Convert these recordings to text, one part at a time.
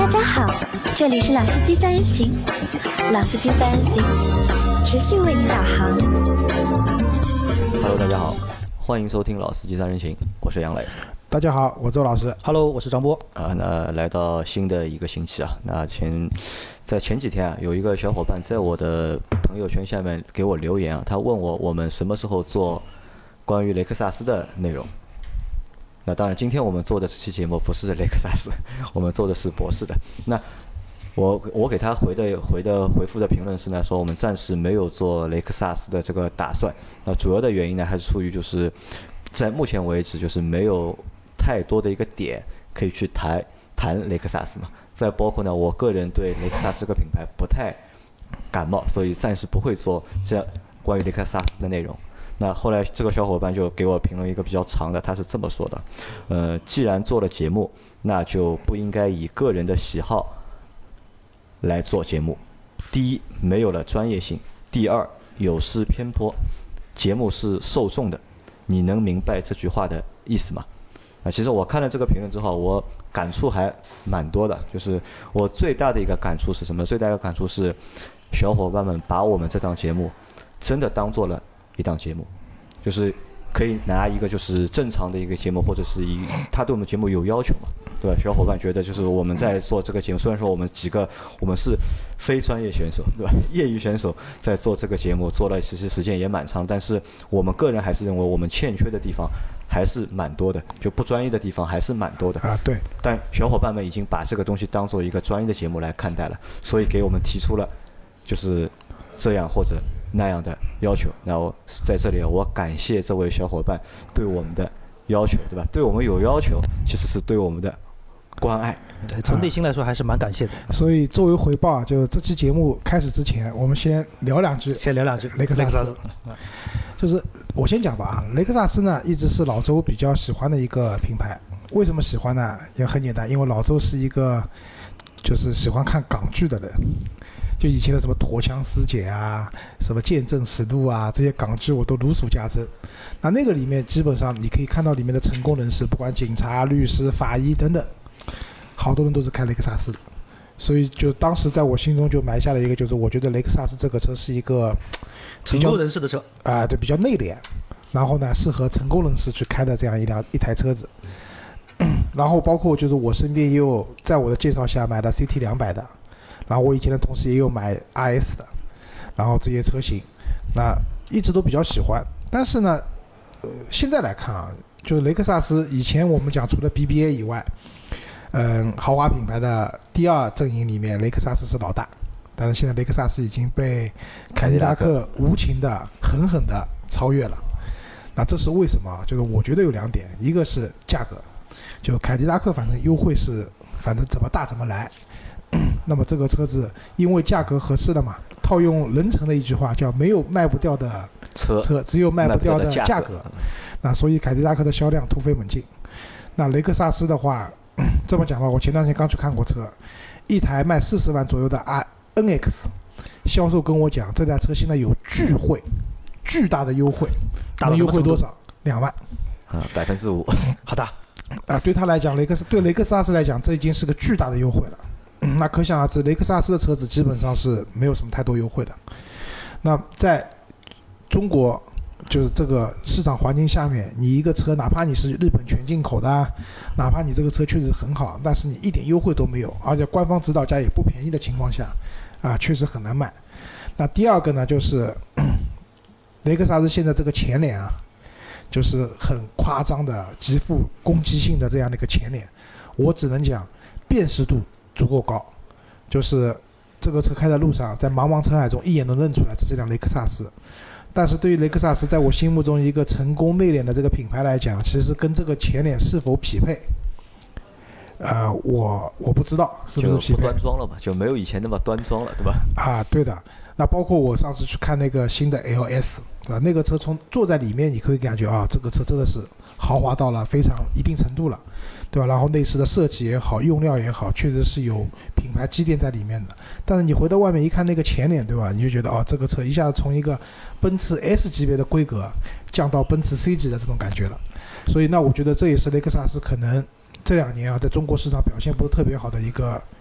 家好，这里是老司机三人行，老司机三人行持续为您导航。 Hello， 大家好，欢迎收听老司机三人行，我是杨磊。 大家好，我周老师。 Hello， 我是张波。 那来到新的一个星期啊，那在前几天啊，有一个小伙伴在我的朋友圈下面给我留言啊，他问我们什么时候做关于雷克萨斯的内容。那当然，今天我们做的这期节目不是雷克萨斯，我们做的是博士的。那我给他回复的评论是呢，说我们暂时没有做雷克萨斯的这个打算。那主要的原因呢，还是出于就是在目前为止就是没有太多的一个点可以去谈雷克萨斯嘛。再包括呢，我个人对雷克萨斯这个品牌不太感冒，所以暂时不会做这关于雷克萨斯的内容。那后来这个小伙伴就给我评论一个比较长的，他是这么说的：既然做了节目，那就不应该以个人的喜好来做节目。第一，没有了专业性；第二，有失偏颇。节目是受众的，你能明白这句话的意思吗？其实我看了这个评论之后，我感触还蛮多的。就是我最大的一个感触是什么？最大的感触是，小伙伴们把我们这档节目真的当做了一档节目，就是可以拿一个就是正常的一个节目，或者是他对我们节目有要求嘛，对吧？小伙伴觉得就是我们在做这个节目，虽然说我们是非专业选手，对吧？业余选手在做这个节目做了其实时间也蛮长，但是我们个人还是认为我们欠缺的地方还是蛮多的，就不专业的地方还是蛮多的啊。对。 但小伙伴们已经把这个东西当做一个专业的节目来看待了，所以给我们提出了就是这样或者那样的要求。那我在这里我感谢这位小伙伴对我们的要求，对吧？对我们有要求，其实是对我们的关爱。 对，从内心来说还是蛮感谢的。 所以作为回报，就这期节目开始之前，我们先聊两句雷克萨斯。就是我先讲吧啊，雷克萨斯呢一直是老周比较喜欢的一个品牌。为什么喜欢呢？也很简单，因为老周是一个就是喜欢看港剧的人。就以前的什么陀枪师姐啊，什么见证实录啊，这些港剧我都如数家珍。那个里面基本上你可以看到里面的成功人士，不管警察、律师、法医等等，好多人都是开雷克萨斯的。所以就当时在我心中就埋下了一个，就是我觉得雷克萨斯这个车是一个成功人士的车啊，对，比较内敛，然后呢适合成功人士去开的这样一台车子。然后包括就是我身边也有在我的介绍下买了 CT200 的。然后我以前的同事也有买 RS 的，然后这些车型，那一直都比较喜欢。但是呢，现在来看啊，就是雷克萨斯以前我们讲除了 BBA 以外，豪华品牌的第二阵营里面，雷克萨斯是老大。但是现在雷克萨斯已经被凯迪拉克无情的、狠狠的超越了。那这是为什么？就是我觉得有两点，一个是价格，就凯迪拉克反正优惠是反正怎么大怎么来。那么这个车子因为价格合适了嘛，套用人成的一句话叫没有卖不掉的车，只有卖不掉的价格。那所以凯迪拉克的销量突飞猛进。那雷克萨斯的话，这么讲吧，我前段时间刚去看过车，一台卖40万左右的 NX， 销售跟我讲这台车现在有巨大的优惠，能优惠多少？2万啊，5%， 好大啊！对他来讲，对雷克萨斯来讲，这已经是个巨大的优惠了。那可想而知，雷克萨斯的车子基本上是没有什么太多优惠的。那在中国，就是这个市场环境下面，你一个车，哪怕你是日本全进口的，哪怕你这个车确实很好，但是你一点优惠都没有，而且官方指导价也不便宜的情况下，啊，确实很难卖。那第二个呢，就是雷克萨斯现在这个前脸啊，就是很夸张的、极富攻击性的这样的一个前脸，我只能讲辨识度足够高，就是这个车开在路上，在茫茫车海中一眼能认出来这是辆雷克萨斯。但是对于雷克萨斯在我心目中一个成功内敛的这个品牌来讲，其实跟这个前脸是否匹配，我不知道是不是匹配。 就不端庄了嘛，就没有以前那么端庄了，对吧？ 啊，对的。那包括我上次去看那个新的 LS， 对吧？那个车从坐在里面，你可以感觉啊，这个车真的是豪华到了非常一定程度了。对吧？然后内饰的设计也好，用料也好，确实是有品牌积淀在里面的。但是你回到外面一看那个前脸，对吧？你就觉得哦，这个车一下子从一个奔驰 S 级别的规格降到奔驰 C 级的这种感觉了。所以那我觉得这也是雷克萨斯可能这2年啊在中国市场表现不是特别好的一个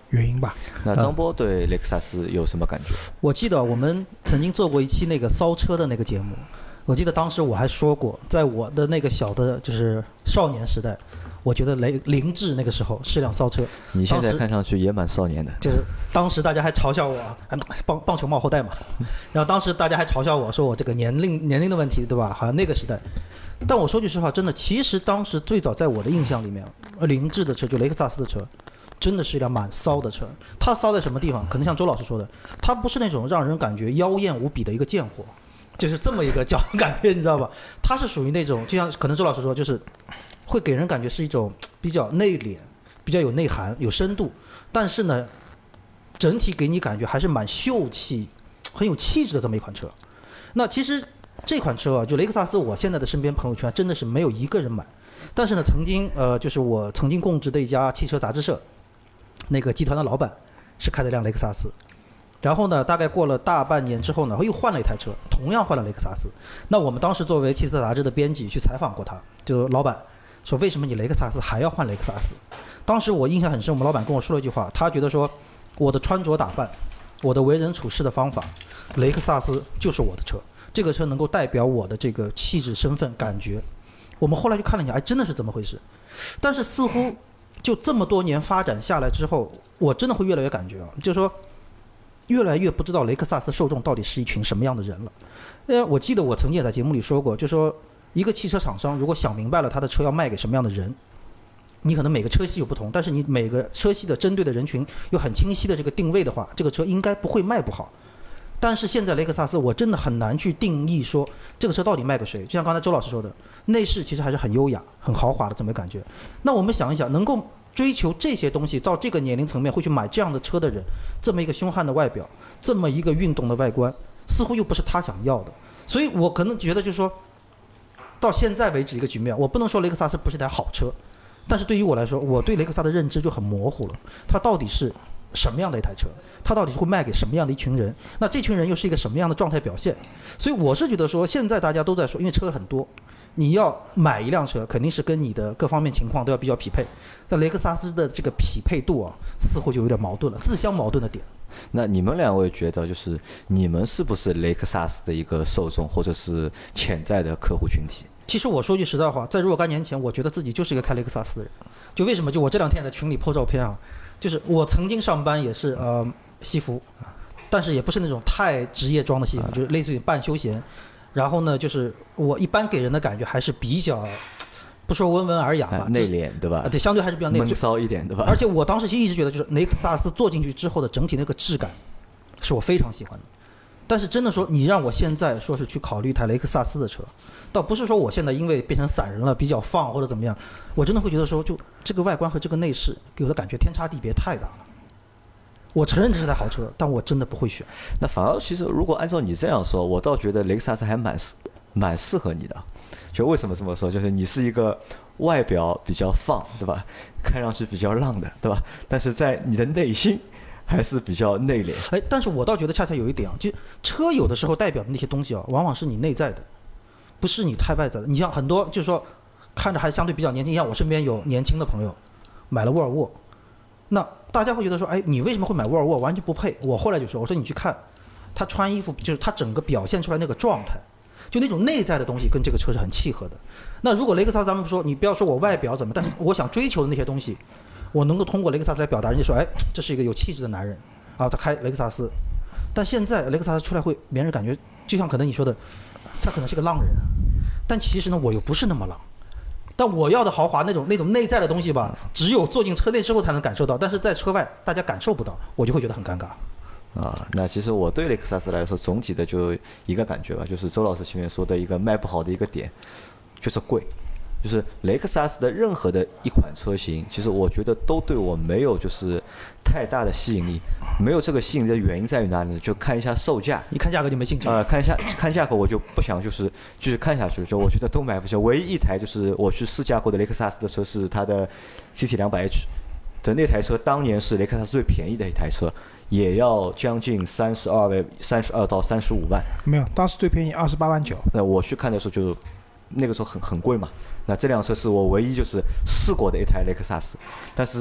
原因吧。 那张波对雷克萨斯有什么感觉？ 我记得我们曾经做过一期那个骚车的那个节目，我记得当时我还说过，在我的那个小的就是少年时代，我觉得凌志那个时候是辆骚车。 你现在看上去也蛮少年的。 就是当时大家还嘲笑我，棒球帽后代嘛，然后当时大家还嘲笑我说我这个年龄的问题，对吧？好像那个时代。但我说句实话，真的，其实当时最早在我的印象里面，凌志的车就雷克萨斯的车，真的是一辆蛮骚的车。它骚在什么地方？可能像周老师说的，它不是那种让人感觉妖艳无比的一个贱货，就是这么一个感觉，你知道吧？它是属于那种，就像可能周老师说，就是会给人感觉是一种比较内敛、比较有内涵、有深度，但是呢，整体给你感觉还是蛮秀气、很有气质的这么一款车。那其实这款车啊，就雷克萨斯，我现在的身边朋友圈真的是没有一个人买。但是呢，曾经就是我曾经供职的一家汽车杂志社，那个集团的老板是开的辆雷克萨斯。然后呢，大概过了大半年之后呢，又换了一台车，同样换了雷克萨斯。那我们当时作为汽车杂志的编辑去采访过他，就老板说，为什么你雷克萨斯还要换雷克萨斯？当时我印象很深，我们老板跟我说了一句话，他觉得说，我的穿着打扮，我的为人处事的方法，雷克萨斯就是我的车，这个车能够代表我的这个气质、身份、感觉。我们后来就看了一下，哎，真的是这么回事。但是似乎就这么多年发展下来之后，我真的会越来越感觉啊，就是说，越来越不知道雷克萨斯受众到底是一群什么样的人了。我记得我曾经也在节目里说过，就是说，一个汽车厂商如果想明白了他的车要卖给什么样的人，你可能每个车系有不同，但是你每个车系的针对的人群有很清晰的这个定位的话，这个车应该不会卖不好。但是现在雷克萨斯我真的很难去定义说这个车到底卖给谁。就像刚才周老师说的，内饰其实还是很优雅、很豪华的这么感觉。那我们想一想，能够追求这些东西到这个年龄层面会去买这样的车的人，这么一个凶悍的外表，这么一个运动的外观，似乎又不是他想要的。所以我可能觉得就是说，到现在为止一个局面，我不能说雷克萨斯不是一台好车，但是对于我来说，我对雷克萨斯的认知就很模糊了，它到底是什么样的一台车，它到底是会卖给什么样的一群人，那这群人又是一个什么样的状态表现。所以我是觉得说，现在大家都在说，因为车很多，你要买一辆车肯定是跟你的各方面情况都要比较匹配，但雷克萨斯的这个匹配度啊，似乎就有点矛盾了，自相矛盾的点。 那你们两位觉得，就是你们是不是雷克萨斯的一个受众，或者是潜在的客户群体？ 其实我说句实在话，在若干年前，我觉得自己就是一个开雷克萨斯的人。就为什么？就我这两天在群里 po 照片啊，就是我曾经上班也是西服，但是也不是那种太职业装的西服，就是类似于半休闲。然后呢，就是我一般给人的感觉还是比较，不说温文尔雅吧， 内敛对吧？ 对，相对还是比较内敛， 闷骚一点对吧？ 而且我当时就一直觉得，就是雷克萨斯坐进去之后的整体那个质感，是我非常喜欢的。但是真的说，你让我现在说是去考虑一台雷克萨斯的车，倒不是说我现在因为变成散人了比较放或者怎么样，我真的会觉得说，就这个外观和这个内饰给我的感觉天差地别太大了。我承认这是台好车，但我真的不会选。 那反而其实如果按照你这样说，我倒觉得雷克萨斯还蛮适合你的。就为什么这么说？就是你是一个外表比较放，对吧？看上去比较浪的，对吧？但是在你的内心还是比较内敛。 哎，但是我倒觉得恰恰有一点啊，就车有的时候代表的那些东西啊，往往是你内在的，不是你太外在的。你像很多就是说看着还相对比较年轻，像我身边有年轻的朋友买了沃尔沃，那大家会觉得说，哎，你为什么会买沃尔沃？完全不配。我后来就说，我说你去看他穿衣服，就是他整个表现出来那个状态，就那种内在的东西跟这个车是很契合的。那如果雷克萨斯咱们说，你不要说我外表怎么，但是我想追求的那些东西，我能够通过雷克萨斯来表达，人家说，哎，这是一个有气质的男人啊，他开雷克萨斯。但现在雷克萨斯出来会别人感觉，就像可能你说的，他可能是个浪人，但其实呢，我又不是那么浪。但我要的豪华那种内在的东西吧，只有坐进车内之后才能感受到，但是在车外大家感受不到，我就会觉得很尴尬。 那其实我对雷克萨斯来说，总体的就一个感觉吧，就是周老师前面说的一个卖不好的一个点，就是贵。就是雷克萨斯的任何的一款车型，其实我觉得都对我没有就是太大的吸引力。没有这个吸引力的原因在于哪里呢？就看一下售价， 一看价格就没兴趣。 看价格我就不想就是继续看下去，就我觉得都买不起。唯一一台就是我去试驾过的雷克萨斯的车是它的 CT200H， 对，那台车当年是雷克萨斯最便宜的一台车，也要将近32到35万。 没有，当时最便宜28万9。 那我去看的时候就那个时候很贵嘛。那这辆车是我唯一就是试过的一台雷克萨斯，但是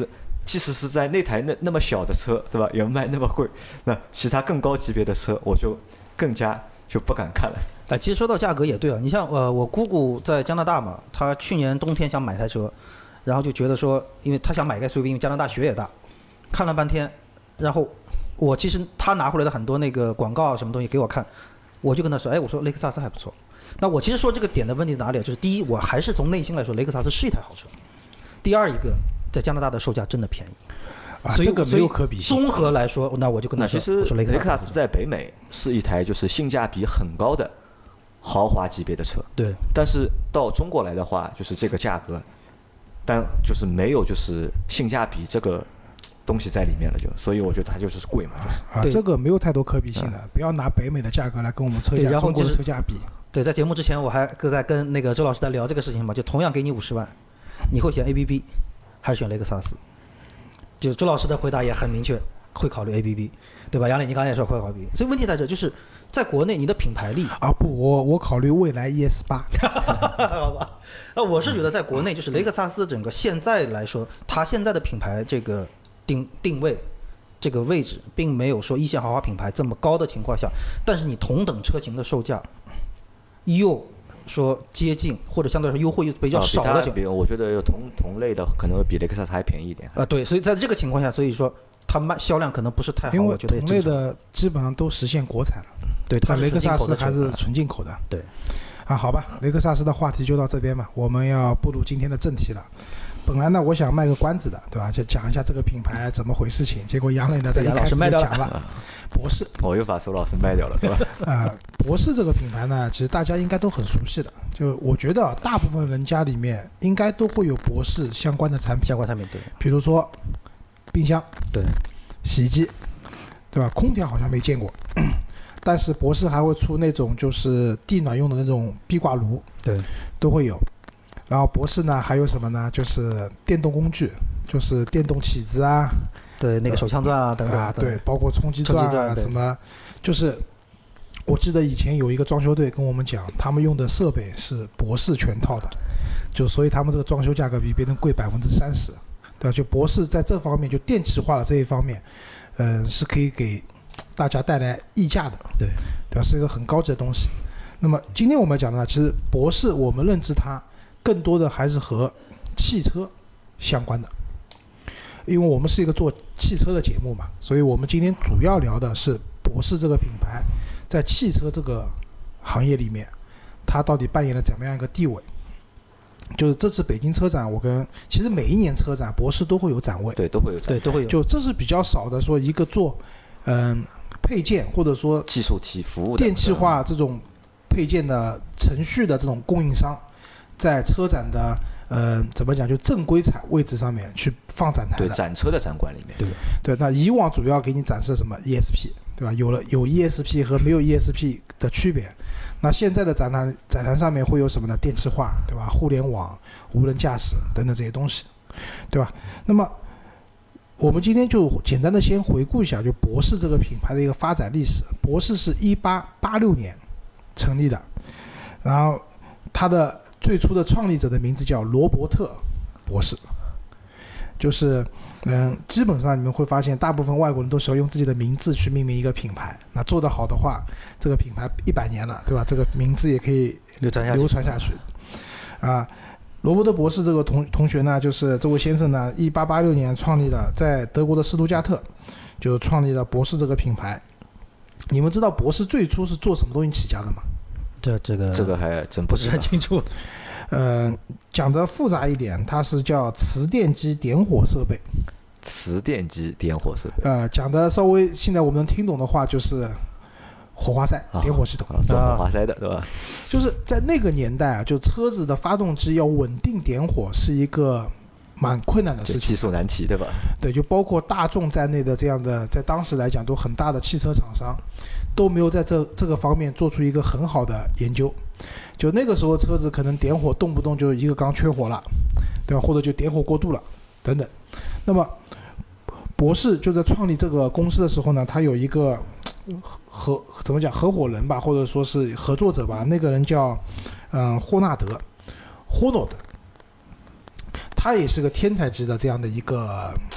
即使是在那台那么小的车，对吧？也卖那么贵，那其他更高级别的车，我就更加就不敢看了。 哎，其实说到价格也对啊，你像我姑姑在加拿大嘛，她去年冬天想买台车，然后就觉得说，因为她想买个 SUV，因为加拿大雪也大，看了半天，然后我其实她拿回来的很多那个广告什么东西给我看，我就跟她说，哎，我说雷克萨斯还不错。那我其实说这个点的问题哪里？就是第一，我还是从内心来说，雷克萨斯是一台好车；第二一个，在加拿大的售价真的便宜。所以这个没有可比性。 综合来说，那我就跟他说， 其实雷克萨斯斯在北美是一台就是性价比很高的豪华级别的车， 对。 但是到中国来的话，就是这个价格，但就是没有就是性价比这个东西在里面了，所以我觉得它就是贵嘛，就是这个没有太多可比性的，不要拿北美的价格来跟我们车价中国的车价比。 对，在节目之前我还在跟那个周老师在聊这个事情嘛，就同样给你50万，你会选 ABB 还是选雷克萨斯？就周老师的回答也很明确，会考虑 ABB， 对吧？杨磊，你刚才也说会考虑 ABB， 所以问题在这就是在国内你的品牌力啊不，我考虑蔚来 ES8， 好吧？我是觉得在国内就是雷克萨斯整个现在来说，它现在的品牌这个定位这个位置，并没有说一线豪华品牌这么高的情况下，但是你同等车型的售价又说接近或者相对来说优惠又比较少的情况， 我觉得同类的可能比雷克萨斯还便宜一点对，所以在这个情况下，所以说它销量可能不是太好，我觉得同类的基本上都实现国产了， 对，它雷克萨斯还是纯进口的， 对。 好吧，雷克萨斯的话题就到这边吧，我们要步入今天的正题了。本来呢，我想卖个关子的，对吧？就讲一下这个品牌怎么回事情。结果杨磊呢，在一开始就讲了博士， 我又把周老师卖掉了，对吧？ 博士这个品牌呢，其实大家应该都很熟悉的。就我觉得，大部分人家里面应该都会有博士相关的产品。 对。 比如说冰箱， 对， 洗衣机，对吧？空调好像没见过，但是博士还会出那种就是地暖用的那种壁挂炉， 对， 都会有。然后博士呢还有什么呢？就是电动工具，就是电动起子啊， 对，那个手枪钻啊等等对，包括冲击钻啊什么，就是我记得以前有一个装修队跟我们讲，他们用的设备是博士全套的，就所以他们这个装修价格比别人贵30%，对吧？就博士在这方面就电气化的这一方面，是可以给大家带来溢价的， 对吧？是一个很高级的东西。那么今天我们讲的呢，其实博士我们认知它更多的还是和汽车相关的，因为我们是一个做汽车的节目嘛，所以我们今天主要聊的是博士这个品牌在汽车这个行业里面，它到底扮演了怎么样一个地位。就是这次北京车展，其实每一年车展博士都会有展位， 对，都会有展位， 对，都会有。 就这是比较少的，说一个做配件或者说技术体服务的电气化这种配件的程序的这种供应商，在车展的怎么讲，就正规位置上面去放展台的， 对，展车的展馆里面， 对。那以往主要给你展示什么 ESP， 对吧？有 ESP 和没有 ESP 的区别。那现在的展台上面会有什么呢？电气化，对吧？互联网、无人驾驶等等这些东西，对吧？那么我们今天就简单的先回顾一下，就博士这个品牌的一个发展历史。博士是1886年成立的，然后它的最初的创立者的名字叫罗伯特博士，就是基本上你们会发现，大部分外国人都喜欢用自己的名字去命名一个品牌。那做得好的话，这个品牌100年了，对吧？这个名字也可以流传下去。罗伯特博士这个同学呢，就是这位先生呢，1886年创立的，在德国的斯图加特就创立了博士这个品牌。你们知道博士最初是做什么东西起家的吗？ 这个还真不是很清楚。 讲的复杂一点，它是叫磁电机点火设备。 磁电机点火设备。 讲的稍微现在我们能听懂的话，就是火花塞点火系统。 做火花塞的，对吧？ 就是在那个年代啊，就车子的发动机要稳定点火是一个蛮困难的事情， 技术难题，对吧？ 对，就包括大众在内的这样的，在当时来讲都很大的汽车厂商，都没有在这个方面做出一个很好的研究。就那个时候车子可能点火动不动就一个缸缺火了，对吧？或者就点火过度了等等。那么博士就在创立这个公司的时候呢，他有一个怎么讲合伙人吧，或者说是合作者吧，那个人叫霍纳德 （Honnold），他也是个天才级的这样的一个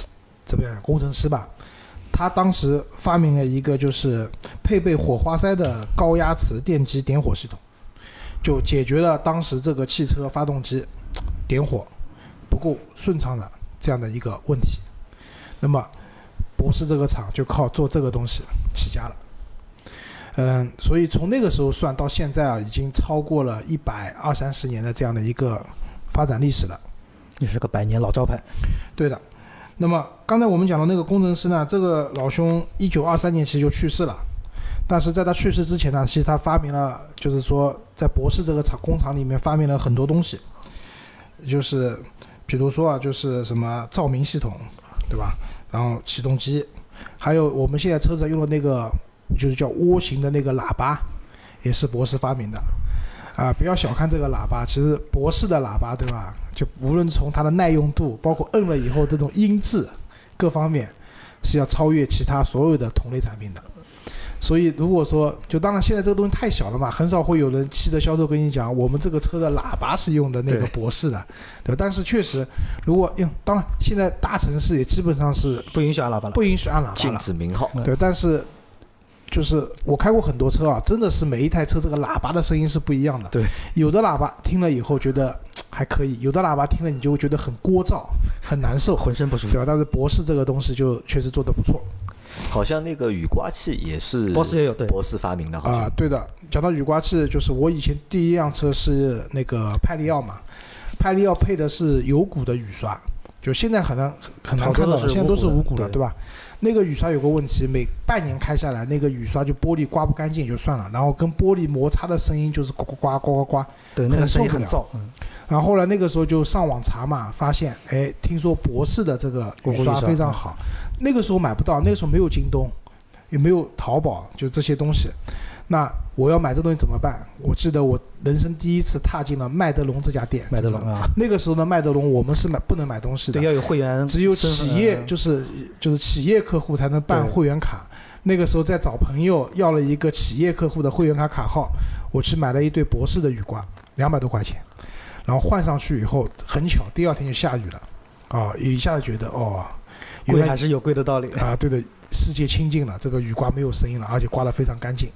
怎么样工程师吧，他当时发明了一个就是配备火花塞的高压磁电机点火系统，就解决了当时这个汽车发动机点火不够顺畅的这样的一个问题。那么博世这个厂就靠做这个东西起家了。所以从那个时候算到现在啊，已经超过了120-130年的这样的一个发展历史了， 也是个100年老招牌。 对的。那么刚才我们讲的那个工程师呢，这个老兄1923年其实就去世了，但是在他去世之前呢，其实他发明了，就是说在博世这个工厂里面发明了很多东西，就是比如说啊，就是什么照明系统，对吧？然后启动机，还有我们现在车子用的那个就是叫涡形的那个喇叭，也是博世发明的。不要小看这个喇叭，其实博世的喇叭，对吧？就无论从它的耐用度，包括摁了以后这种音质各方面，是要超越其他所有的同类产品的。所以如果说，就当然现在这个东西太小了嘛，很少会有人汽车销售跟你讲，我们这个车的喇叭是用的那个博世的，对吧？但是确实，如果当然现在大城市也基本上是不允许按喇叭了， 不允许按喇叭了， 禁止鸣号。 对，但是就是我开过很多车啊，真的是每一台车这个喇叭的声音是不一样的。 对， 有的喇叭听了以后觉得还可以，有的喇叭听了你就会觉得很聒噪，很难受， 浑身不舒服， 对吧？但是博世这个东西就确实做得不错。 好像那个雨刮器也是博士也有，对， 博士发明的，好像对的。讲到雨刮器，就是我以前第一辆车是那个派利奥嘛，派利奥配的是有骨的雨刷，就现在很难看到了，现在都是无骨的，对吧？那个雨刷有个问题，每半年开下来，那个雨刷就玻璃刮不干净也就算了，然后跟玻璃摩擦的声音就是呱呱呱呱呱呱， 对，那个声音很燥。 然后后来那个时候就上网查嘛，发现听说博世的这个雨刷非常好，那个时候买不到，那个时候没有京东，也没有淘宝，就这些东西。那我要买这东西怎么办？我记得我人生第一次踏进了麦德龙这家店。 麦德龙啊， 那个时候的麦德龙我们是不能买东西的， 对，要有会员， 只有企业就是企业客户才能办会员卡。那个时候在找朋友要了一个企业客户的会员卡卡号，我去买了一对博世的雨刮，200多块钱，然后换上去以后，很巧第二天就下雨了，一下子觉得贵还是有贵的道理啊，对的，世界清净了，这个雨刮没有声音了，而且刮得非常干净。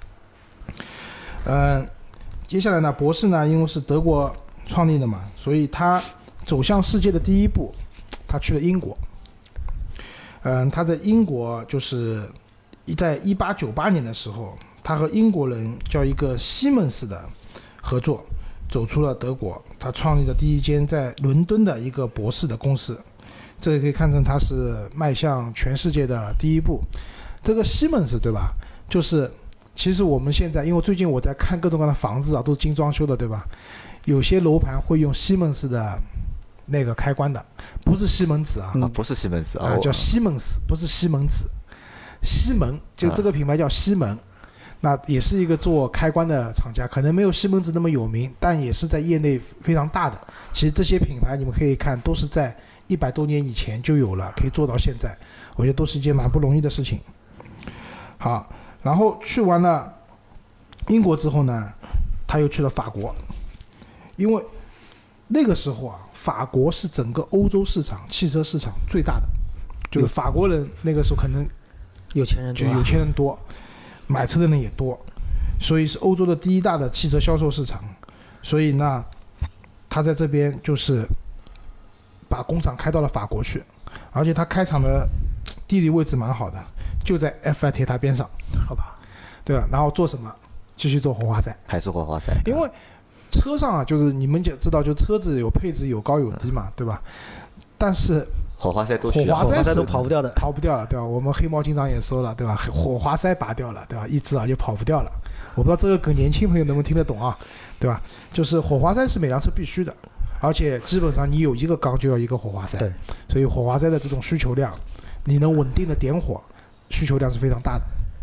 接下来呢，博世呢，因为是德国创立的嘛，所以他走向世界的第一步，他去了英国。他在英国就是在1898年的时候，他和英国人叫一个西门斯的合作，走出了德国。他创立了第一间在伦敦的一个博世的公司，这个可以看成他是迈向全世界的第一步。这个西门斯，对吧？就是其实我们现在，因为最近我在看各种各样的房子啊，都是精装修的，对吧？有些楼盘会用西门斯的那个开关的，不是西门子啊， 不是西门子叫西门斯，不是西门子。西门就这个品牌叫西门，那也是一个做开关的厂家，可能没有西门子那么有名，但也是在业内非常大的。其实这些品牌你们可以看，都是在100多年以前就有了，可以做到现在，我觉得都是一件蛮不容易的事情。好，然后去完了英国之后呢，他又去了法国，因为那个时候啊，法国是整个欧洲市场汽车市场最大的，就是法国人那个时候可能有钱人多，买车的人也多，所以是欧洲的第一大的汽车销售市场。所以呢，他在这边就是把工厂开到了法国去，而且他开厂的地理位置蛮好的，就在埃菲尔铁塔边上，好吧？对吧？然后做什么？继续做火花塞， 还是火花塞？ 因为车上啊，就是你们也知道，就车子有配置有高有低嘛，对吧？但是火花塞都需要， 火花塞都跑不掉的， 对吧？我们黑猫警长也说了，对吧？火花塞拔掉了，对吧？一只就跑不掉了。我不知道这个梗年轻朋友能不能听得懂啊，对吧？就是火花塞是每辆车必须的，而且基本上你有一个缸就要一个火花塞， 对， 所以火花塞的这种需求量，你能稳定的点火，需求量是非常大的。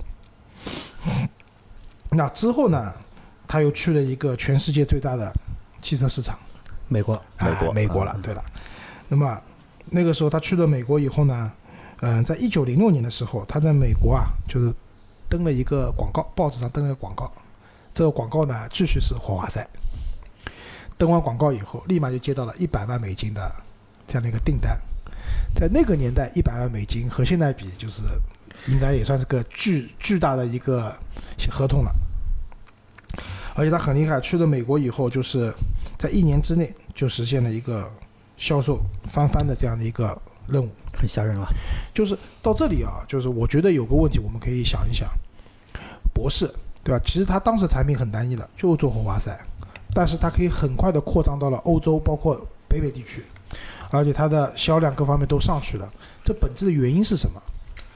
那之后呢，他又去了一个全世界最大的汽车市场， 美国了，对了。那么那个时候他去了美国以后呢，在1906年的时候，他在美国啊，就是登了一个广告，报纸上登了一个广告，这个广告呢继续是火花塞。登完广告以后，立马就接到了$100万的这样的一个订单。 在那个年代$100万和现在比，就是应该也算是个巨大的一个合同了。而且他很厉害，去了美国以后，就是在1年之内就实现了一个销售翻番的这样的一个任务， 很吓人了。 就是到这里啊，就是我觉得有个问题我们可以想一想，博士对吧？其实他当时产品很单一的，就是做火花塞，但是它可以很快的扩张到了欧洲，包括北美地区，而且它的销量各方面都上去了。这本质的原因是什么？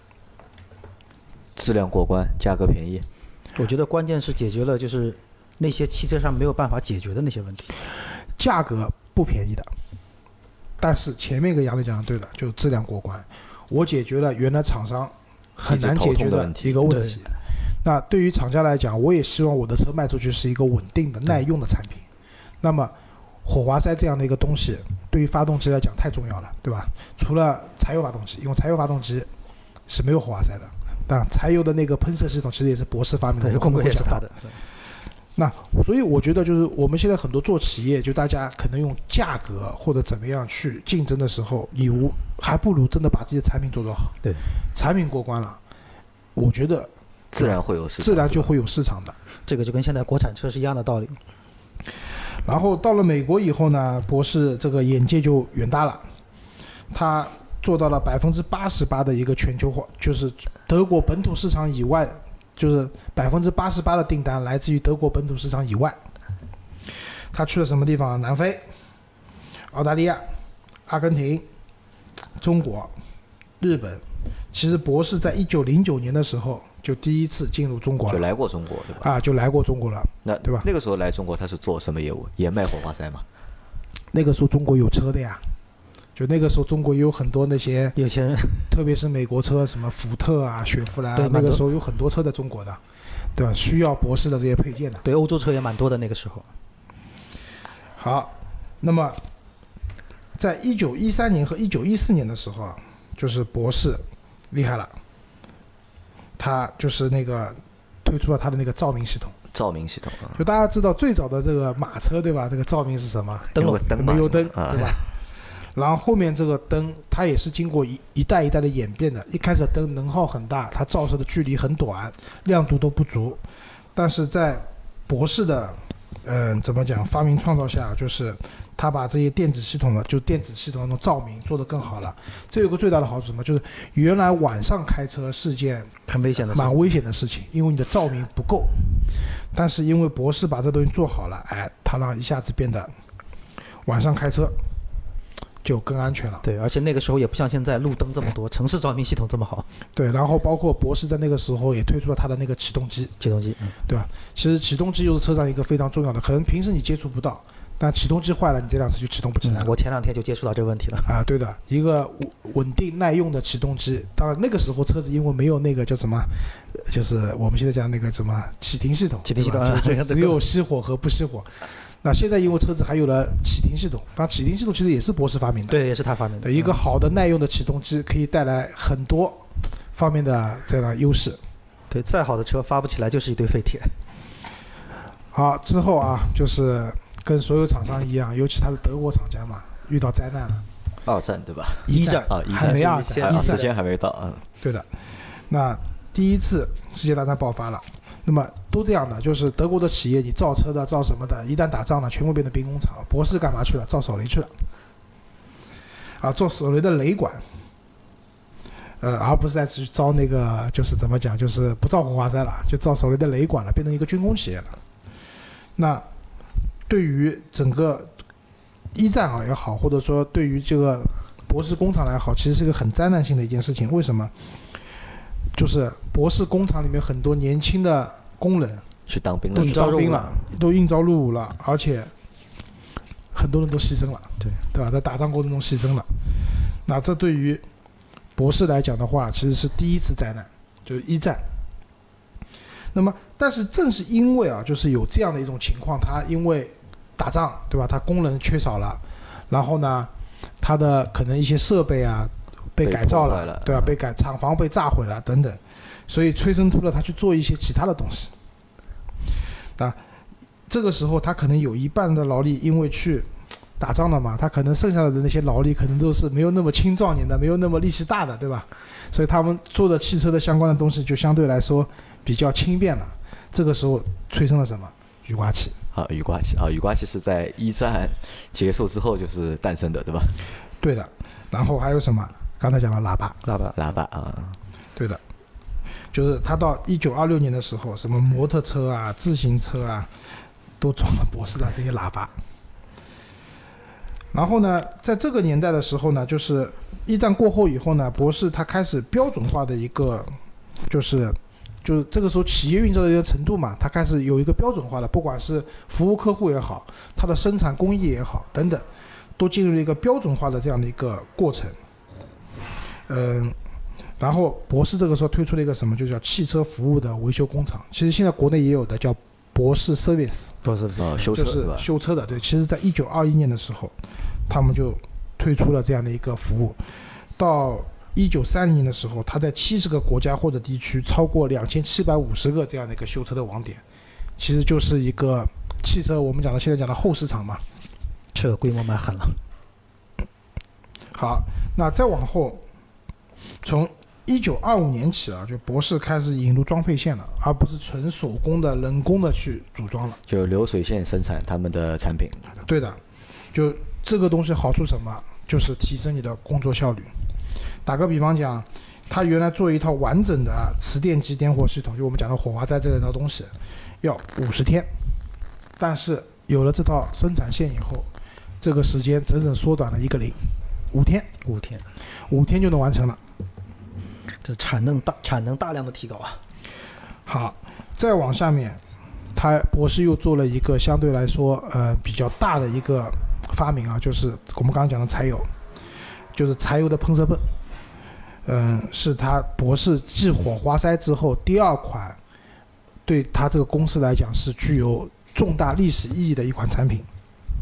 质量过关，价格便宜。 我觉得关键是解决了就是那些汽车上没有办法解决的那些问题。 价格不便宜的，但是前面一个杨磊讲的对的，就是质量过关。我解决了原来厂商很难解决的一个问题。那对于厂家来讲，我也希望我的车卖出去是一个稳定的、耐用的产品。那么火花塞这样的一个东西，对于发动机来讲太重要了，对吧？除了柴油发动机，因为柴油发动机是没有火花塞的。当然，柴油的那个喷射系统其实也是博士发明的， 功能也是大的。 那所以我觉得就是我们现在很多做企业，就大家可能用价格或者怎么样去竞争的时候，还不如真的把自己的产品做得好。 对， 产品过关了，我觉得自然会有市场， 自然就会有市场的。 这个就跟现在国产车是一样的道理。 然后到了美国以后呢，博士这个眼界就远大了，他做到了88%的一个全球化，就是德国本土市场以外，就是88%的订单来自于德国本土市场以外。他去了什么地方？南非、澳大利亚、阿根廷、中国、日本。其实博士在1909年的时候就第一次进入中国了， 就来过中国，对吧？ 就来过中国了，对吧？ 那个时候来中国他是做什么业务？也卖火花塞吗？ 那个时候中国有车的呀。就那个时候，中国也有很多那些有钱人， 特别是美国车，什么福特啊、雪佛兰，那个时候有很多车在中国的，对吧？需要博士的这些配件的。 对，欧洲车也蛮多的那个时候。 好，那么在1913年和1914年的时候啊，就是博士厉害了，他就是那个推出了他的那个照明系统。 照明系统， 就大家知道最早的这个马车，对吧？这个照明是什么？ 灯笼， 煤油灯，对吧？然后后面这个灯，它也是经过一代一代的演变的。一开始灯能耗很大，它照射的距离很短，亮度都不足。但是在博士的，怎么讲，发明创造下，就是他把这些电子系统的，就电子系统的那种照明做得更好了。这有个最大的好处什么？就是原来晚上开车是件很危险的， 蛮危险的事情，因为你的照明不够。但是因为博士把这东西做好了，他让一下子变得晚上开车就更安全了。 对，而且那个时候也不像现在路灯这么多，城市照明系统这么好。 对，然后包括博士在那个时候也推出了他的那个启动机，对吧？其实启动机又是车上一个非常重要的，可能平时你接触不到，但启动机坏了，你这辆车就启动不起来了。 我前2天就接触到这个问题了。 对的，一个稳定耐用的启动机。当然那个时候车子因为没有那个叫什么，就是我们现在讲那个什么启停系统，只有熄火和不熄火。那现在因为车子还有了启停系统，当然启停系统其实也是博士发明的， 对，也是他发明的。 一个好的耐用的启动机可以带来很多方面的这样的优势。 对，再好的车发不起来就是一堆废铁。 好，之后啊，就是跟所有厂商一样，尤其他是德国厂家嘛，遇到灾难了。 2战对吧 ？1战还没2战， 时间还没到。 对的。那第一次世界大战爆发了。那么都这样的，就是德国的企业，你造车的、造什么的，一旦打仗了，全部变成兵工厂。博士干嘛去了？造手雷去了。做手雷的雷管，而不是再去造那个，就是怎么讲，就是不造火花塞了，就造手雷的雷管了，变成一个军工企业了。那对于整个1战也好，或者说对于这个博士工厂来好，其实是个很灾难性的一件事情。为什么？就是博士工厂里面很多年轻的工人去当兵了， 都应召入伍了，而且很多人都牺牲了，对吧？在打仗过程中牺牲了。那这对于博士来讲的话，其实是第一次灾难，就是1战。那么，但是正是因为就是有这样的一种情况，他因为打仗，对吧？他工人缺少了，然后呢，他的可能一些设备被改造了，对吧？厂房被炸毁了等等，所以催生出了他去做一些其他的东西。这个时候他可能有一半的劳力因为去打仗了嘛，他可能剩下的那些劳力可能都是没有那么青壮年的，没有那么力气大的，对吧？所以他们做的汽车的相关的东西就相对来说比较轻便了。这个时候催生了什么？雨刮器。 雨刮器雨刮器是在一战结束之后就是诞生的，对吧？ 对的。然后还有什么？刚才讲了喇叭啊， 对的。就是他到1926年的时候，什么摩托车啊、自行车啊，都装了博士的这些喇叭。然后呢，在这个年代的时候呢，就是一战过后以后呢，博士他开始标准化的一个，就是这个时候企业运作的一个程度嘛，他开始有一个标准化的，不管是服务客户也好，他的生产工艺也好等等，都进入了一个标准化的这样的一个过程。然后博士这个时候推出了一个什么，就叫汽车服务的维修工厂。其实现在国内也有的叫博士 service， 修车就是修车的。对，其实在1921年的时候，他们就推出了这样的一个服务。到1930年的时候，他在70个国家或者地区超过2750个这样的一个修车的网点，其实就是一个汽车我们现在讲的后市场嘛。 这个规模蛮狠了。 好，那再往后，从1925年起就博士开始引入装配线了，而不是纯手工的人工的去组装了， 就流水线生产他们的产品。 对的，就这个东西好处什么？就是提升你的工作效率。打个比方讲，他原来做一套完整的磁电机点火系统，就我们讲的火花塞这类的东西，要50天，但是有了这套生产线以后，这个时间整整缩短了1个零，5天，5天就能完成了。 这产能大量的提高啊！ 好，再往下面，他博士又做了一个相对来说比较大的一个发明就是我们刚刚讲的柴油，就是柴油的喷射泵。是他博士继火花塞之后第2款，对他这个公司来讲是具有重大历史意义的一款产品。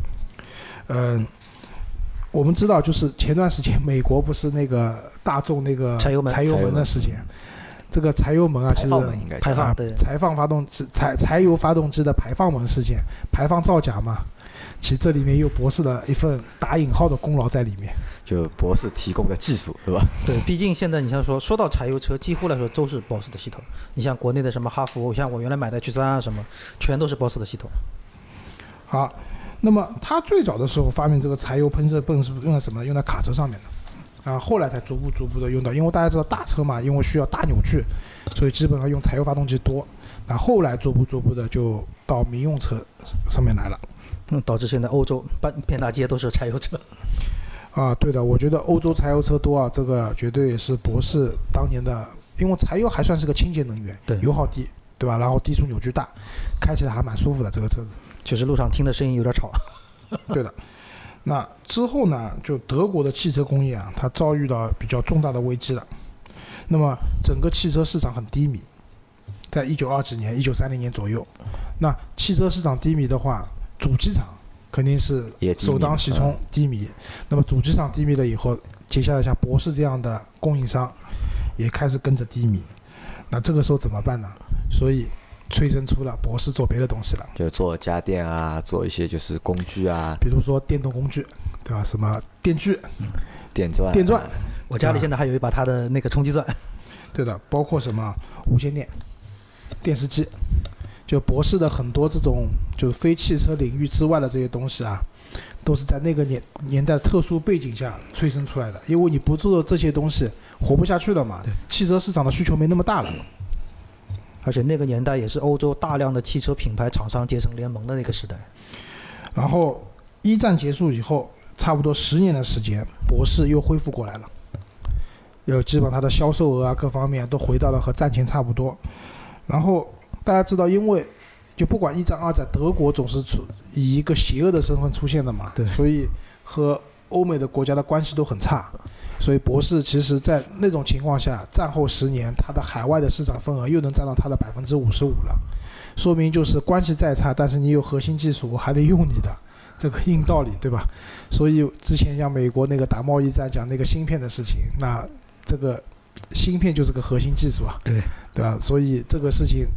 我们知道，就是前段时间美国不是那个大众那个柴油门的事件，这个柴油门其实排放对柴油发动机的排放门事件，排放造假嘛，其实这里面有博士的一份打引号的功劳在里面， 就博士提供的技术，对吧？ 对，毕竟现在你像说到柴油车，几乎来说都是博士的系统。你像国内的什么哈弗，像我原来买的 H3什么，全都是博士的系统。 好，那么他最早的时候发明这个柴油喷射泵是用在什么？用在卡车上面的，后来才逐步的用到，因为大家知道大车嘛，因为需要大扭矩，所以基本上用柴油发动机多。那后来逐步的就到民用车上面来了。 导致现在欧洲遍大街都是柴油车。 对的，我觉得欧洲柴油车多这个绝对也是博士当年的，因为柴油还算是个清洁能源， 对， 油耗低，对吧？然后低速扭矩大，开起来还蛮舒服的这个车子。 就是路上听的声音有点吵。 对的。那之后呢，就德国的汽车工业它遭遇到比较重大的危机了。那么整个汽车市场很低迷，在1920几年、1930年左右。那汽车市场低迷的话，主机厂肯定是首当其冲低迷。那么主机厂低迷了以后，接下来像博士这样的供应商也开始跟着低迷。那这个时候怎么办呢？所以催生出了博士做别的东西了， 就做家电做一些就是工具比如说电动工具，对吧？什么电锯、 电钻。 我家里现在还有一把它的那个冲击钻。 对的，包括什么无线电、电视机。就博士的很多这种就是非汽车领域之外的这些东西都是在那个年代特殊背景下催生出来的。因为你不做这些东西，活不下去了嘛。汽车市场的需求没那么大了。 而且那个年代也是欧洲大量的汽车品牌厂商结成联盟的那个时代。 然后一战结束以后，差不多10年的时间，博士又恢复过来了，基本上它的销售额各方面都回到了和战前差不多。然后大家知道，因为就不管1战2战，德国总是以一个邪恶的身份出现的嘛， 对， 所以和欧美的国家的关系都很差。所以博士其实在那种情况下，战后10年，它的海外的市场份额又能占到它的55%了，说明就是关系再差，但是你有核心技术，我还得用你的，这个硬道理，对吧？所以之前像美国那个打贸易战讲那个芯片的事情，那这个芯片就是个核心技术对吧？所以这个事情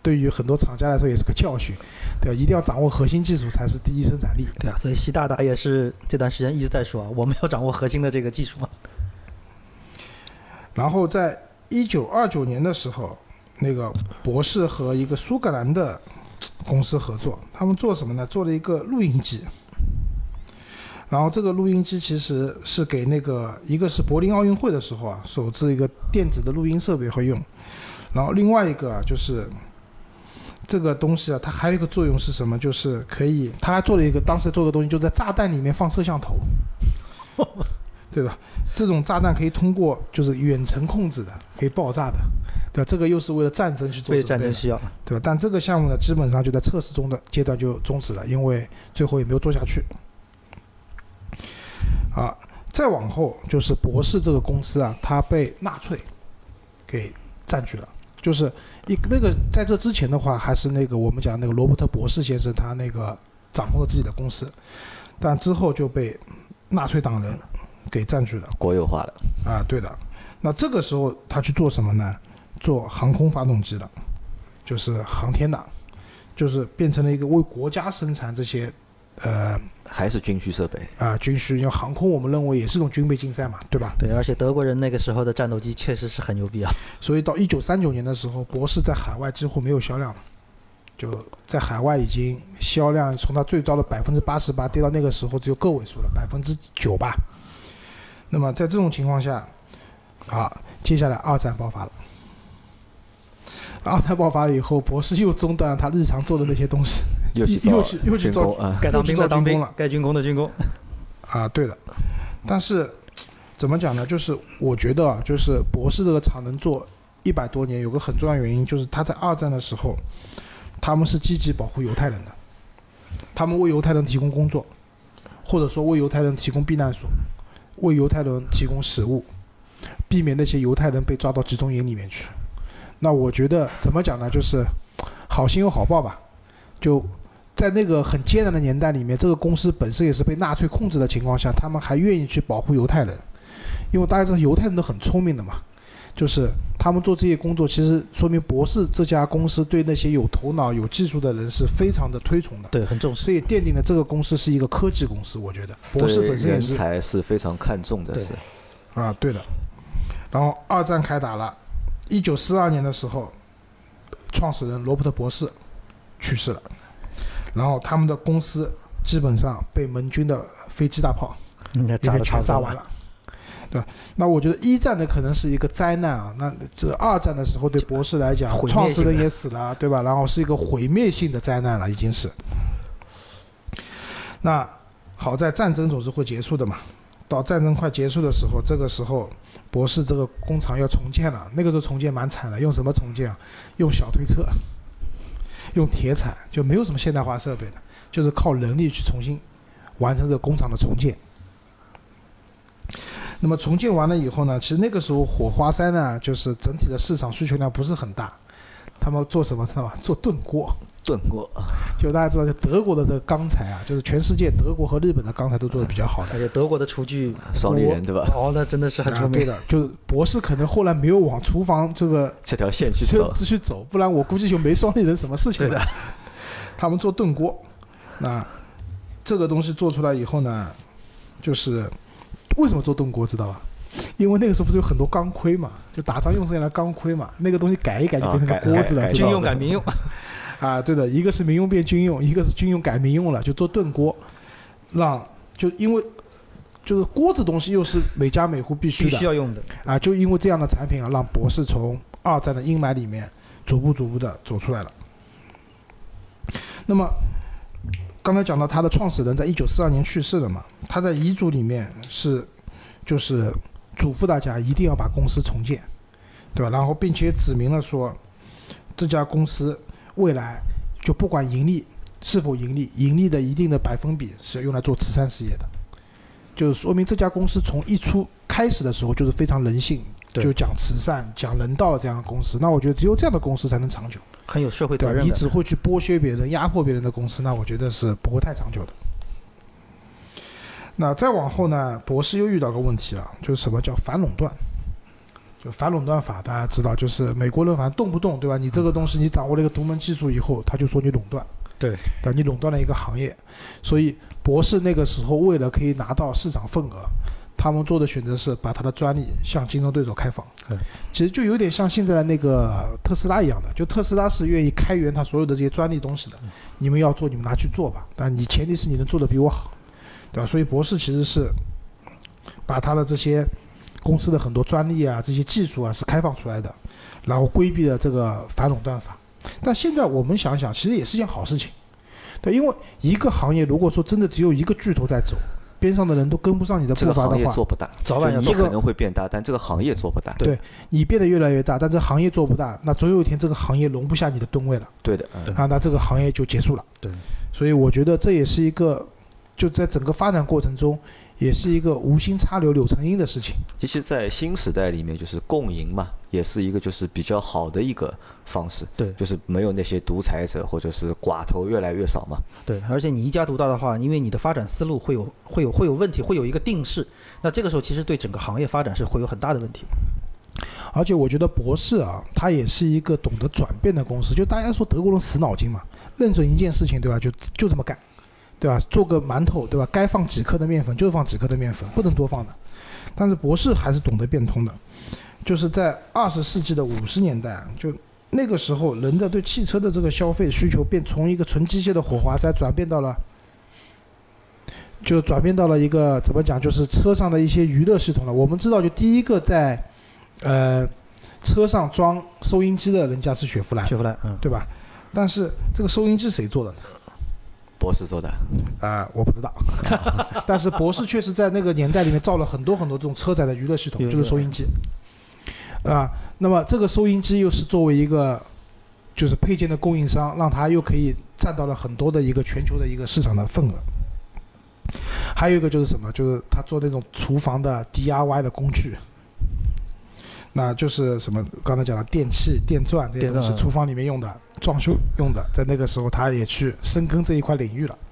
对于很多厂家来说也是个教训，对吧？一定要掌握核心技术才是第一生产力。 对啊，所以习大大也是这段时间一直在说，我们要掌握核心的这个技术嘛。 然后在1929年的时候，那个博士和一个苏格兰的公司合作，他们做什么呢？做了一个录音机。然后这个录音机其实是给那个一个是柏林奥运会的时候啊，首次一个电子的录音设备会用。然后另外一个啊，就是这个东西啊，它还有一个作用是什么？就是可以，他还做了一个当时做的东西，就在炸弹里面放摄像头，对吧？这种炸弹可以通过就是远程控制的，可以爆炸的，对吧？这个又是为了战争去做， 为战争需要， 对吧？但这个项目呢，基本上就在测试中的阶段就终止了，因为最后也没有做下去。啊，再往后就是博士这个公司啊，它被纳粹给占据了。就是那个在这之前的话，还是那个我们讲那个罗伯特博士先生他那个掌控了自己的公司，但之后就被纳粹党人给占据了， 国有化了。 啊，对的。那这个时候他去做什么呢？做航空发动机的，就是航天的，就是变成了一个为国家生产这些还是军需设备啊，军需。因为航空我们认为也是一种军备竞赛嘛，对吧？ 对，而且德国人那个时候的战斗机确实是很牛逼啊。 所以到1939年的时候，博士在海外几乎没有销量了，就在海外已经销量从它最高的88%跌到那个时候只有个位数了，9%吧。那么在这种情况下，接下来二战爆发了。二战爆发了以后，博士又中断了他日常做的那些东西，又去做该当兵的当兵了，该军工的军工。 啊，对的。但是怎么讲呢？就是我觉得就是博士这个厂能做100多年，有个很重要原因就是他在二战的时候，他们是积极保护犹太人的，他们为犹太人提供工作，或者说为犹太人提供避难所，为犹太人提供食物，避免那些犹太人被抓到集中营里面去。那我觉得怎么讲呢？就是好心有好报吧。就在那个很艰难的年代里面，这个公司本身也是被纳粹控制的情况下，他们还愿意去保护犹太人，因为大家知道犹太人都很聪明的嘛，就是他们做这些工作，其实说明博士这家公司对那些有头脑、有技术的人是非常的推崇的， 对，很重视， 所以奠定了这个公司是一个科技公司。我觉得博士本身也是人才是非常看重的，是啊，对的。然后二战开打了。1942年的时候，创始人罗伯特博士去世了，然后他们的公司基本上被盟军的飞机大炮全炸完了，对吧？那我觉得一战的可能是一个灾难啊，那这二战的时候对博士来讲，创始人也死了，对吧？然后是一个毁灭性的灾难了，已经是。那好在战争总是会结束的嘛，到战争快结束的时候，这个时候博士这个工厂要重建了，那个时候重建蛮惨的，用什么重建啊？用小推车，用铁铲，就没有什么现代化设备的，就是靠人力去重新完成这个工厂的重建。那么重建完了以后呢，其实那个时候火花塞呢，就是整体的市场需求量不是很大，他们做什么知道吧？做炖锅。 炖锅， 就大家知道，就德国的这个钢材啊，就是全世界德国和日本的钢材都做的比较好的， 而且德国的厨具双立人对吧？ 哦，那真的是很出名对的。就是博士可能后来没有往厨房这条线去走，不然我估计就没双立人什么事情了。他们做炖锅，那这个东西做出来以后呢，就是为什么做炖锅知道吧？因为那个时候不是有很多钢盔嘛，就打仗用剩下的钢盔嘛，那个东西改一改就变成个锅子了， 军用改民用。 啊，对的，一个是民用变军用，一个是军用改民用了，就做炖锅，因为就是锅子东西又是每家每户必须要用的啊，就因为这样的产品啊，让博士从二战的阴霾里面逐步的走出来了。那么刚才讲到他的创始人在1942年去世了嘛，他在遗嘱里面就是嘱咐大家一定要把公司重建，对吧？然后并且指明了说这家公司未来就不管是否盈利，盈利的一定的百分比是用来做慈善事业的，就是说明这家公司从开始的时候就是非常人性，就讲慈善、讲人道的这样的公司。那我觉得只有这样的公司才能长久， 很有社会责任的。 你只会去剥削别人、压迫别人的公司，那我觉得是不会太长久的。那再往后呢，博士又遇到个问题了，就是什么叫反垄断？ 就反垄断法，大家知道，就是美国人反正动不动对吧？你这个东西你掌握了一个独门技术以后，他就说你垄断， 对， 你垄断了一个行业。所以博士那个时候为了可以拿到市场份额，他们做的选择是把他的专利向竞争对手开放。其实就有点像现在的那个特斯拉一样的，就特斯拉是愿意开源他所有的这些专利东西的，你们要做你们拿去做吧，但你前提是你能做得比我好，对吧？所以博士其实是把他的这些公司的很多专利啊，这些技术啊是开放出来的，然后规避了这个反垄断法。但现在我们想想，其实也是件好事情，对，因为一个行业如果说真的只有一个巨头在走，边上的人都跟不上你的步伐的话， 这个行业做不大， 早晚要你可能会变大，但这个行业做不大。 对，你变得越来越大，但这行业做不大，那总有一天这个行业容不下你的吨位了。 对的， 那这个行业就结束了。 对， 所以我觉得这也是一个，就在整个发展过程中，也是一个无心插柳柳成荫的事情。 其实，在新时代里面，就是共赢嘛，也是一个就是比较好的一个方式。 对， 就是没有那些独裁者或者是寡头越来越少嘛。 对，而且你一家独大的话，因为你的发展思路会有问题，会有一个定式，那这个时候其实对整个行业发展是会有很大的问题。 而且我觉得博士啊，他也是一个懂得转变的公司。就大家说德国人死脑筋嘛，认准一件事情，对吧？就这么干。对吧？做个馒头，对吧？该放几克的面粉就放几克的面粉，不能多放的。但是博士还是懂得变通的，就是在20世纪的50年代，就那个时候，人的对汽车的这个消费需求从一个纯机械的火花塞转变到了一个怎么讲，就是车上的一些娱乐系统了。我们知道，就第一个在车上装收音机的人家是雪佛兰，对吧？但是这个收音机谁做的呢？ 博士做的我不知道，但是博士确实在那个年代里面造了很多很多这种车载的娱乐系统，就是收音机那么这个收音机又是作为一个就是配件的供应商，让它又可以占到了很多的一个全球的一个市场的份额。还有一个就是什么，就是他做那种厨房的 DIY 的工具，那就是什么刚才讲的电器、电钻这些东西，厨房里面用的、装修用的，在那个时候他也去深耕这一块领域了。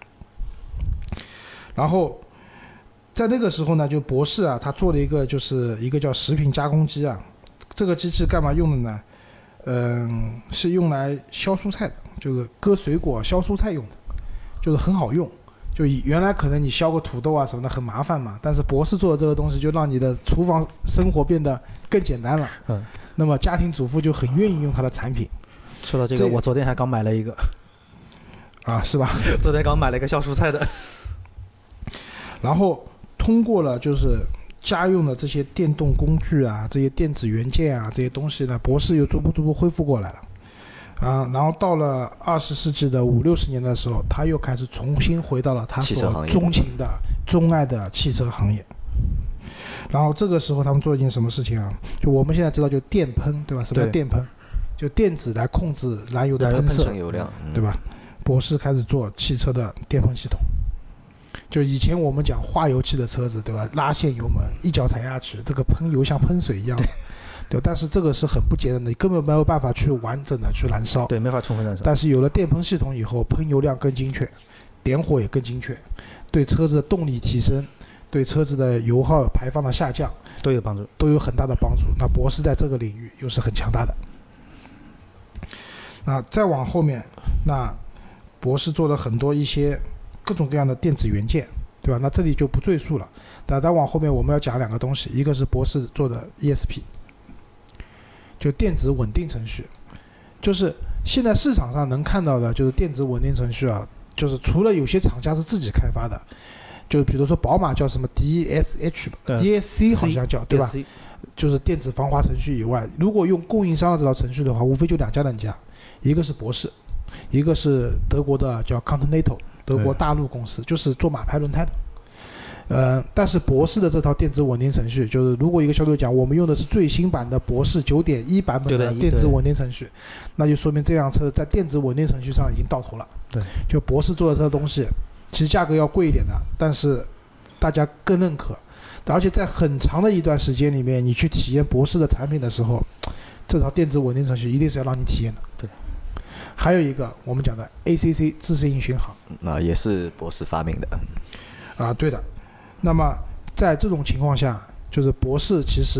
然后在那个时候呢，就博士啊，他做了一个就是一个叫食品加工机啊，这个机器干嘛用的呢？是用来削蔬菜的，就是割水果、削蔬菜用的，就是很好用。就原来可能你削个土豆啊什么的很麻烦嘛，但是博士做的这个东西就让你的厨房生活变得更简单了。那么家庭主妇就很愿意用它的产品。 说到这个，我昨天还刚买了一个。 是吧？ 昨天刚买了一个削蔬菜的。 然后通过了就是家用的这些电动工具啊，这些电子元件啊，这些东西呢，博士又逐步恢复过来了。然后到了20世纪的50、60年的时候，他又开始重新回到了他所钟情的、钟爱的汽车行业。然后这个时候他们做一件什么事情啊？就我们现在知道，就电喷，对吧？什么叫电喷？就电子来控制燃油的喷射，对吧？博士开始做汽车的电喷系统。就以前我们讲化油器的车子，对吧？拉线油门，一脚踩下去，这个喷油像喷水一样的。对，但是这个是很不节能的，你根本没有办法去完整的去燃烧。 对，没法充分燃烧。 但是有了电喷系统以后，喷油量更精确，点火也更精确，对车子的动力提升，对车子的油耗排放的下降都有帮助， 都有很大的帮助。那博士在这个领域又是很强大的。那再往后面，那博士做了很多一些各种各样的电子元件，对吧？那这里就不赘述了。但再往后面我们要讲两个东西，一个是博士做的 ESP。就电子稳定程序，就是现在市场上能看到的，就是电子稳定程序啊，就是除了有些厂家是自己开发的，就比如说宝马叫什么 DSC 好像叫，对吧？就是电子防滑程序以外，如果用供应商的这套程序的话，无非就两家，一个是博士，一个是德国的叫 Continental， 德国大陆公司，就是做马牌轮胎的。但是博士的这套电子稳定程序，就是如果一个销售讲我们用的是最新版的博士 9.1 版本的电子稳定程序，那就说明这辆车在电子稳定程序上已经到头了。 对， 就博士做的这个东西，其实价格要贵一点的，但是大家更认可。而且在很长的一段时间里面，你去体验博士的产品的时候，这套电子稳定程序一定是要让你体验的。 对。 还有一个我们讲的 ACC 自适应巡航， 也是博士发明的。 对的。那么在这种情况下，就是博士其实他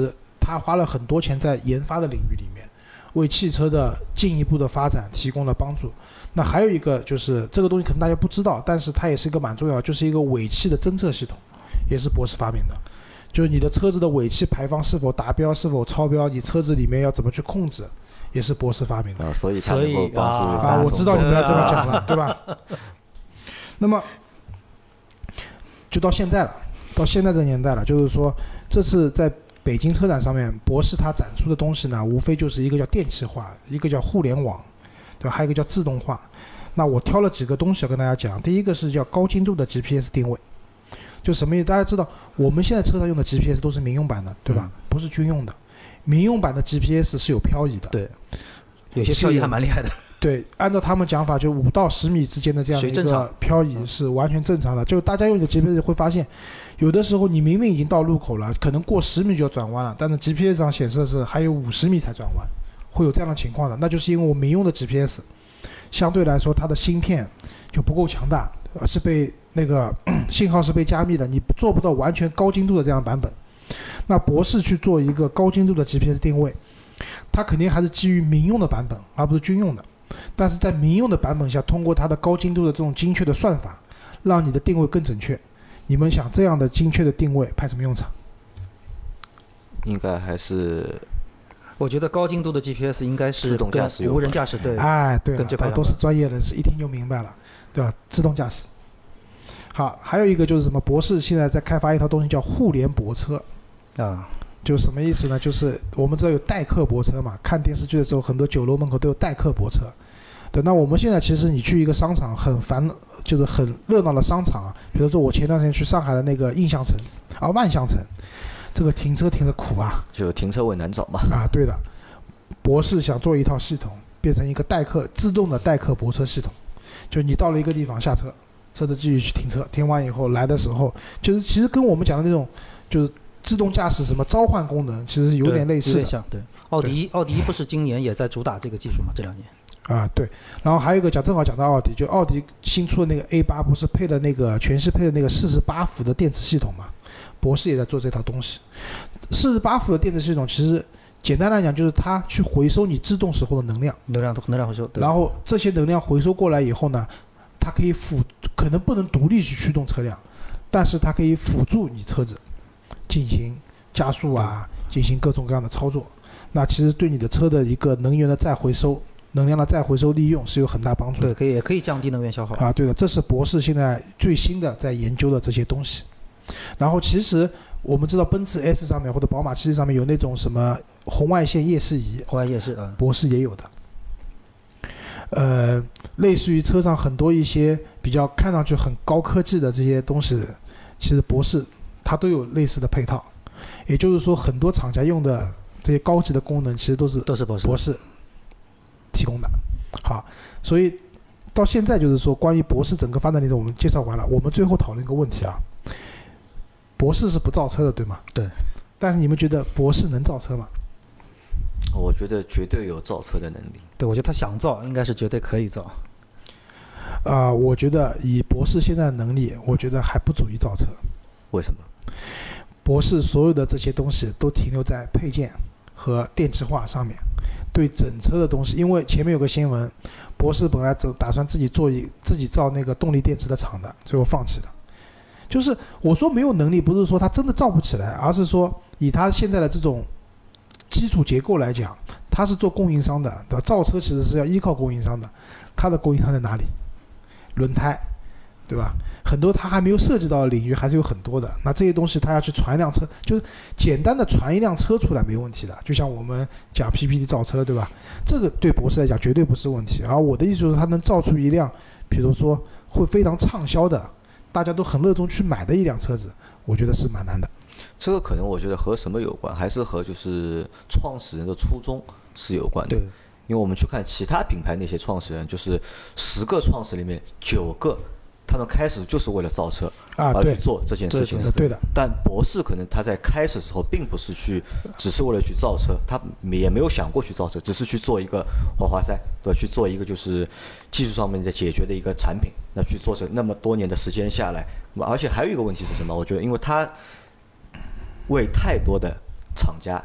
他花了很多钱在研发的领域里面，为汽车的进一步的发展提供了帮助。那还有一个就是这个东西可能大家不知道，但是它也是一个蛮重要的，就是一个尾气的侦测系统，也是博世发明的。就是你的车子的尾气排放是否达标、是否超标，你车子里面要怎么去控制，也是博世发明的。 所以它能够帮助大众。 我知道你们要这么讲了，对吧？那么就到现在了，到现在这个年代了，就是说这次在北京车展上面，博世它展出的东西呢，无非就是一个叫电气化，一个叫互联网，对吧？还有一个叫自动化。那我挑了几个东西要跟大家讲。第一个是叫高精度的 GPS 定位，就什么意思？大家知道我们现在车上用的 GPS 都是民用版的，对吧？不是军用的。民用版的 GPS 是有漂移的， 对，有些漂移还蛮厉害的。 对，按照他们讲法，就5到10米之间的这样的一个漂移是完全正常的。就大家用你的 GPS 会发现，有的时候你明明已经到路口了，可能过10米就要转弯了，但是 GPS 上显示的是还有50米才转弯，会有这样的情况的。那就是因为我民用的 GPS 相对来说它的芯片就不够强大，是被那个信号是被加密的，你做不到完全高精度的这样的版本。那博世去做一个高精度的 GPS 定位，它肯定还是基于民用的版本，而不是军用的。但是在民用的版本下，通过它的高精度的这种精确的算法，让你的定位更准确。你们想这样的精确的定位派什么用场？ 应该还是， 我觉得高精度的 GPS 应该是自动驾驶无人驾驶，对， 哎，对了，都是专业人士，一听就明白了，对吧？自动驾驶。好，还有一个就是什么？博世现在在开发一套东西叫互联泊车啊。 就什么意思呢？就是我们知道有代客泊车嘛，看电视剧的时候，很多酒楼门口都有代客泊车。对，那我们现在其实你去一个商场就是很热闹的商场啊，比如说我前段时间去上海的那个印象城啊、万象城，这个停车停的苦啊， 就停车位难找嘛。 啊，对的。博世想做一套系统，变成一个自动的代客泊车系统，就你到了一个地方下车，车子继续去停车，停完以后来的时候，就是其实跟我们讲的那种就是自动驾驶什么召唤功能，其实有点类似的。 有点像，对。奥迪不是今年也在主打这个技术吗？这2年。 啊，对。然后还有一个正好讲到奥迪，就奥迪新出的那个 A8 不是配了那个全是配的那个48伏的电池系统嘛？博世也在做这套东西。48伏的电池系统其实简单来讲就是它去回收你制动时候的能量回收。 然后这些能量回收过来以后呢，它可以可能不能独立去驱动车辆，但是它可以辅助你车子进行加速啊，进行各种各样的操作。那其实对你的车的一个能源的再回收、能量的再回收利用是有很大帮助的。 对，也可以降低能源消耗啊。对的，这是博世现在最新的在研究的这些东西。然后其实我们知道奔驰 S 上面或者宝马7系上面有那种什么红外线夜视仪，博世也有的。类似于车上很多一些比较看上去很高科技的这些东西，其实博世它都有类似的配套。也就是说，很多厂家用的这些高级的功能，其实都是博世提供的。好，所以到现在就是说，关于博世整个发展历程我们介绍完了。我们最后讨论一个问题啊，博世是不造车的，对吗？ 对。 但是你们觉得博世能造车吗？ 我觉得绝对有造车的能力。 对，我觉得他想造，应该是绝对可以造。 我觉得以博世现在的能力，我觉得还不足以造车。 为什么？ 博世所有的这些东西都停留在配件和电气化上面，对整车的东西，因为前面有个新闻，博世本来打算自己造那个动力电池的厂的，最后放弃了。就是我说没有能力，不是说他真的造不起来，而是说以他现在的这种基础结构来讲，他是做供应商的，对吧？造车其实是要依靠供应商的，他的供应商在哪里？轮胎，对吧？很多他还没有涉及到的领域还是有很多的。那这些东西他要去传一辆车，就是简单的传一辆车出来没问题的。就像我们讲 PPT 造车，对吧？这个对博士来讲绝对不是问题。而我的意思就是他能造出一辆，比如说会非常畅销的，大家都很热衷去买的一辆车子，我觉得是蛮难的。 这个可能我觉得和什么有关，还是和就是创始人的初衷是有关的。 对， 因为我们去看其他品牌那些创始人，就是10个创始里面9个，他们开始就是为了造车而去做这件事情的。 对的。 但博士可能他在开始的时候并不是只是为了去造车，他也没有想过去造车，只是去做一个滑滑塞，对吧？去做一个就是技术上面的解决的一个产品。那去做成那么多年的时间下来，而且还有一个问题是什么？我觉得，因为他为太多的厂家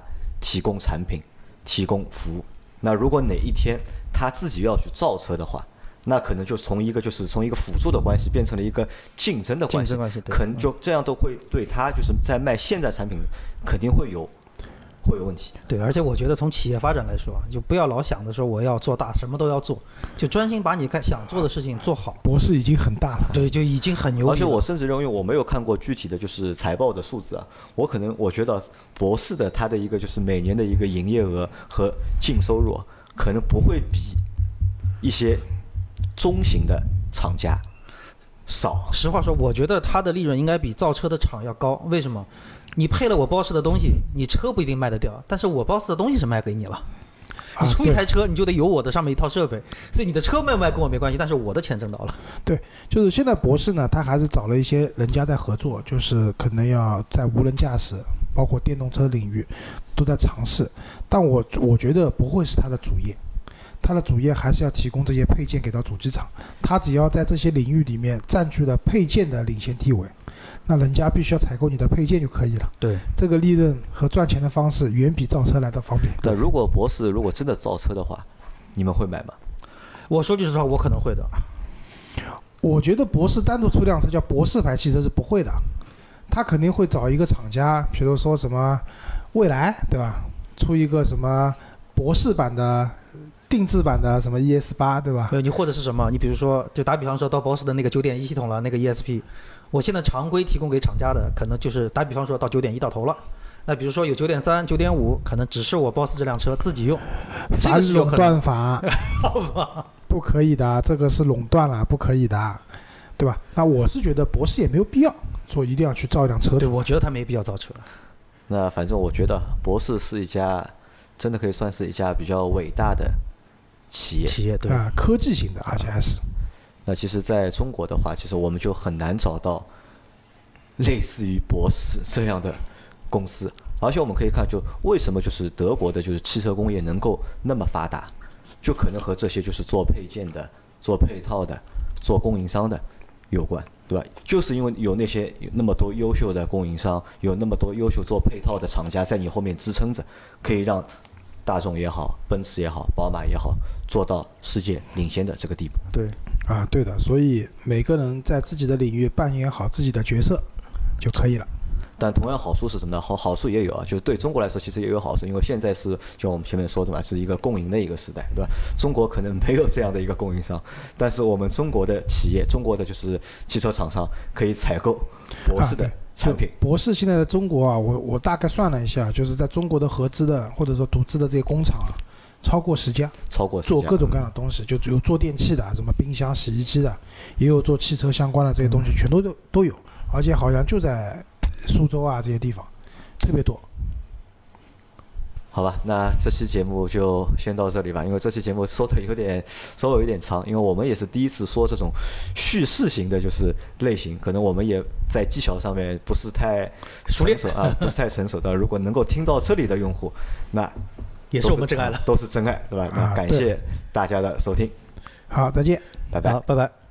提供产品、提供服务。那如果哪一天他自己要去造车的话，那可能就从一个辅助的关系变成了一个竞争的关系，可能就这样都会对他就是在卖现在产品肯定会有问题。 对，而且我觉得从企业发展来说，就不要老想的时候我要做大，什么都要做，就专心把你想做的事情做好。 博士已经很大了， 对，就已经很牛逼了。 而且我甚至认为我没有看过具体的就是财报的数字啊，我觉得博士的它的一个就是每年的一个营业额和净收入可能不会比一些中型的厂家少。 实话说，我觉得它的利润应该比造车的厂要高。为什么？你配了我 BOSS 的东西，你车不一定卖得掉，但是我 BOSS 的东西是卖给你了。你出一台车，你就得有我的上面一套设备，所以你的车卖不卖跟我没关系，但是我的钱挣到了。 对，就是现在博士呢，他还是找了一些人家在合作，就是可能要在无人驾驶，包括电动车领域都在尝试，但我觉得不会是他的主业。它的主业还是要提供这些配件给到主机厂，它只要在这些领域里面占据了配件的领先地位，那人家必须要采购你的配件就可以了。 对， 这个利润和赚钱的方式远比造车来的方便。 但如果博士如果真的造车的话，你们会买吗？ 我说句实话，我可能会的。 我觉得博士单独出辆车叫博士牌汽车是不会的，他肯定会找一个厂家，比如说什么蔚来，对吧？出一个什么博士版的。定制版的什么 ES8， 对吧？ 你或者是什么？你比如说，就打比方说到 BOSS 的那个9.1系统了，那个 ESP， 我现在常规提供给厂家的，可能就是打比方说到9.1到头了。那比如说有9.3、9.5，可能只是我 BOSS 这辆车自己用，这个是有可能。 垄断法，不可以的，这个是垄断了，不可以的，对吧？那我是觉得博士也没有必要说一定要去造一辆车。 对，我觉得他没必要造车。 那反正我觉得博士是一家，真的可以算是一家比较伟大的。企业对啊，科技型的，而且还是。 那其实在中国的话，其实我们就很难找到类似于博士这样的公司，而且我们可以看，就为什么就是德国的就是汽车工业能够那么发达，就可能和这些就是做配件的、做配套的、做供应商的有关，对吧？就是因为有那么多优秀的供应商，有那么多优秀做配套的厂家在你后面支撑着，可以让大众也好，奔驰也好，宝马也好，做到世界领先的这个地步。 对， 啊，对的，所以每个人在自己的领域扮演好自己的角色就可以了。 但同样好处是什么呢？好处也有啊，就是对中国来说其实也有好处，因为现在是就我们前面说的嘛，是一个共赢的一个时代，对吧？中国可能没有这样的一个供应商，但是我们中国的企业，中国的就是汽车厂商可以采购博士的产品。 博士现在在中国啊，我大概算了一下，就是在中国的合资的或者说独资的这些工厂啊，超过10家，做各种各样的东西，就有做电器的，什么冰箱、洗衣机的，也有做汽车相关的这些东西，全都有，而且好像就在苏州啊这些地方特别多。 好吧，那这期节目就先到这里吧，因为这期节目说的稍微有点长，因为我们也是第一次说这种叙事型的就是类型，可能我们也在技巧上面不是太成熟啊，不是太成熟的。如果能够听到这里的用户，那也是我们真爱了， 都是真爱，对吧？那感谢大家的收听， 好，再见， 拜拜， 好，拜拜。